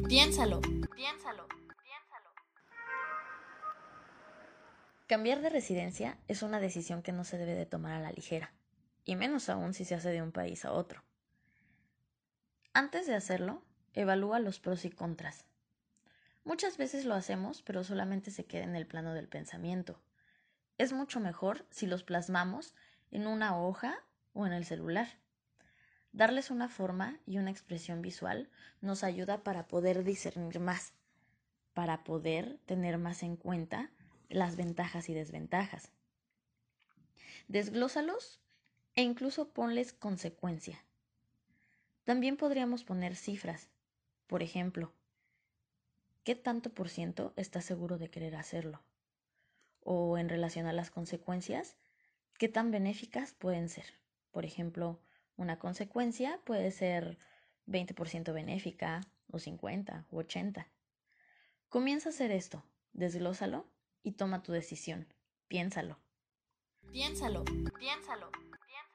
Piénsalo, piénsalo, piénsalo. Cambiar de residencia es una decisión que no se debe de tomar a la ligera, y menos aún si se hace de un país a otro. Antes de hacerlo, evalúa los pros y contras. Muchas veces lo hacemos, pero solamente se queda en el plano del pensamiento. Es mucho mejor si los plasmamos en una hoja o en el celular. Darles una forma y una expresión visual nos ayuda para poder discernir más, para poder tener más en cuenta las ventajas y desventajas. Desglósalos e incluso ponles consecuencia. También podríamos poner cifras. Por ejemplo, ¿qué tanto por ciento estás seguro de querer hacerlo? O en relación a las consecuencias, ¿qué tan benéficas pueden ser? Por ejemplo, una consecuencia puede ser 20% benéfica, o 50, o 80. Comienza a hacer esto, desglósalo y toma tu decisión. Piénsalo. Piénsalo, piénsalo, piénsalo.